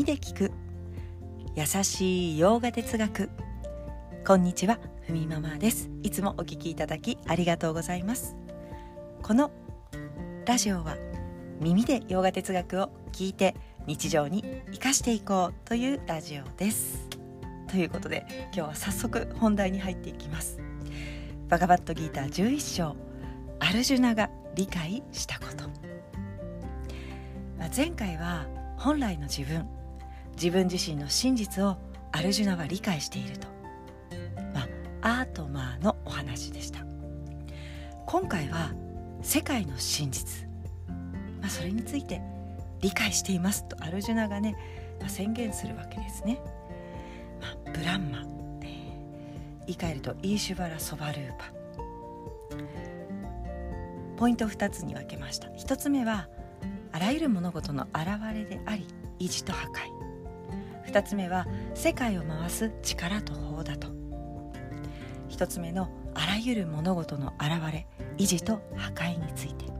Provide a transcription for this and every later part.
耳で聞く優しい洋画哲学。こんにちは、ふみママです。いつもお聞きいただきありがとうございます。このラジオは耳で洋画哲学を聞いて日常に生かしていこうというラジオです。ということで今日は早速本題に入っていきます。バガバットギーター11章、アルジュナが理解したこと。前回は本来の自分自身の真実をアルジュナは理解していると、アートマーのお話でした。今回は世界の真実、それについて理解していますとアルジュナがね、宣言するわけですね。ブランマ、言い換えるとイーシュバラ・ソバルーパ。ポイントを2つに分けました。1つ目はあらゆる物事の現れであり維持と破壊。2つ目は世界を回す力と法だと。1つ目のあらゆる物事の現れ維持と破壊について。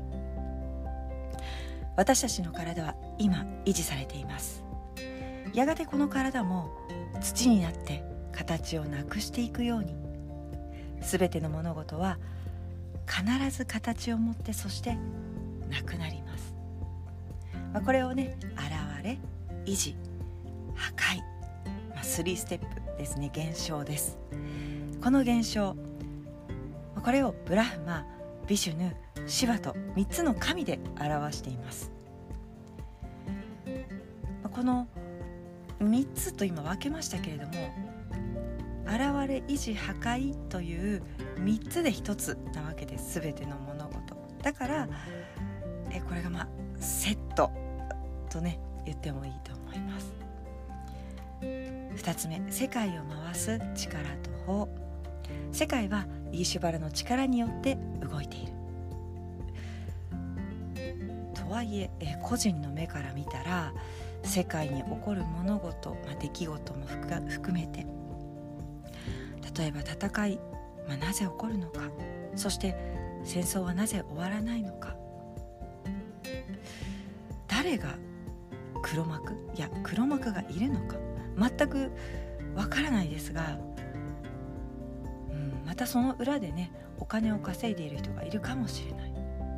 私たちの体は今維持されています。やがてこの体も土になって形をなくしていくように、すべての物事は必ず形を持って、そしてなくなります。これをね、現れ、維持、破壊、3ステップですね。現象です。この現象、これをブラフマ、ビシュヌ、シヴァと3つの神で表しています。この3つと今分けましたけれども、現れ、維持、破壊という3つで1つなわけです。全ての物事だから、これがセットとね言ってもいいと思います。2つ目、世界を回す力と法。世界はイーシュバラの力によって動いているとはいえ、個人の目から見たら世界に起こる物事、出来事も含めて、例えば戦い、なぜ起こるのか、そして戦争はなぜ終わらないのか、誰が黒幕、黒幕がいるのか全くわからないですが、またその裏でねお金を稼いでいる人がいるかもしれない。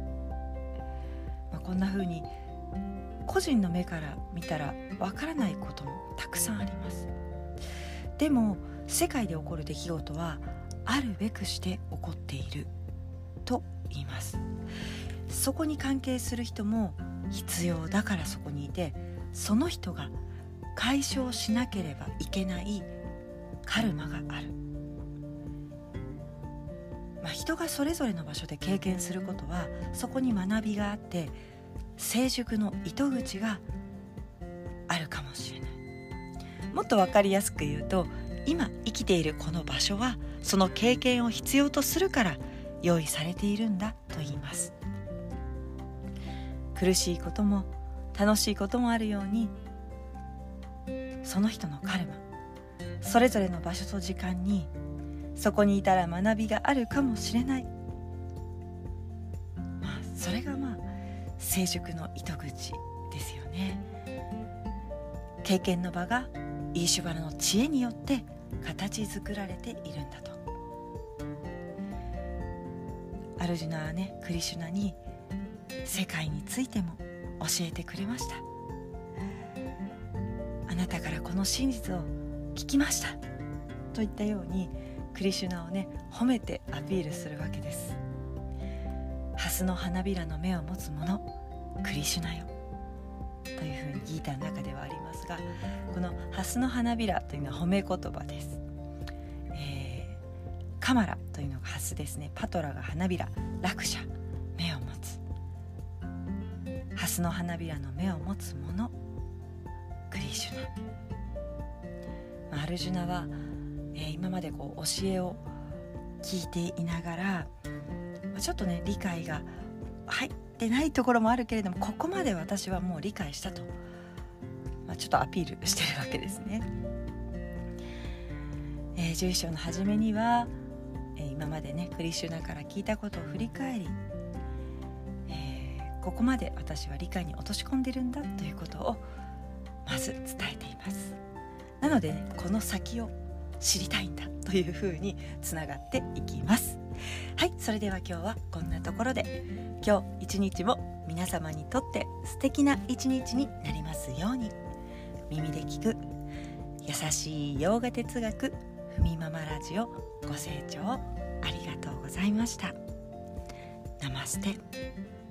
こんな風に個人の目から見たらわからないこともたくさんあります。でも世界で起こる出来事はあるべくして起こっていると言います。そこに関係する人も必要だからそこにいて、その人が解消しなければいけないカルマがある。人がそれぞれの場所で経験することはそこに学びがあって成熟の糸口があるかもしれない。もっと分かりやすく言うと、今生きているこの場所はその経験を必要とするから用意されているんだと言います。苦しいことも楽しいこともあるように、その人のカルマ、それぞれの場所と時間にそこにいたら学びがあるかもしれない。それが成熟の糸口ですよね。経験の場がイーシュバラの知恵によって形作られているんだと。アルジュナはね、クリシュナに世界についても教えてくれました。あなたからこの真実を聞きましたといったようにクリシュナをね褒めてアピールするわけです。ハスの花びらの目を持つ者クリシュナよというふうにギータの中ではありますが、このハスの花びらというのは褒め言葉です。カマラというのがハスですね。パトラが花びら、ラクシャ目を持つ。ハスの花びらの目を持つ者クリシュナ。アルジュナは今まで教えを聞いていながらちょっとね理解が入ってないところもあるけれども、ここまで私はもう理解したと、ちょっとアピールしてるわけですね。11章の初めには、今までねクリシュナから聞いたことを振り返り、ここまで私は理解に落とし込んでるんだということを、 まず伝えています。なのでね、この先を知りたいんだというふうにつながっていきます。はい、それでは今日はこんなところで、今日一日も皆様にとって素敵な一日になりますように。耳で聞く優しい洋画哲学ふみママラジオ、ご清聴ありがとうございました。ナマステ。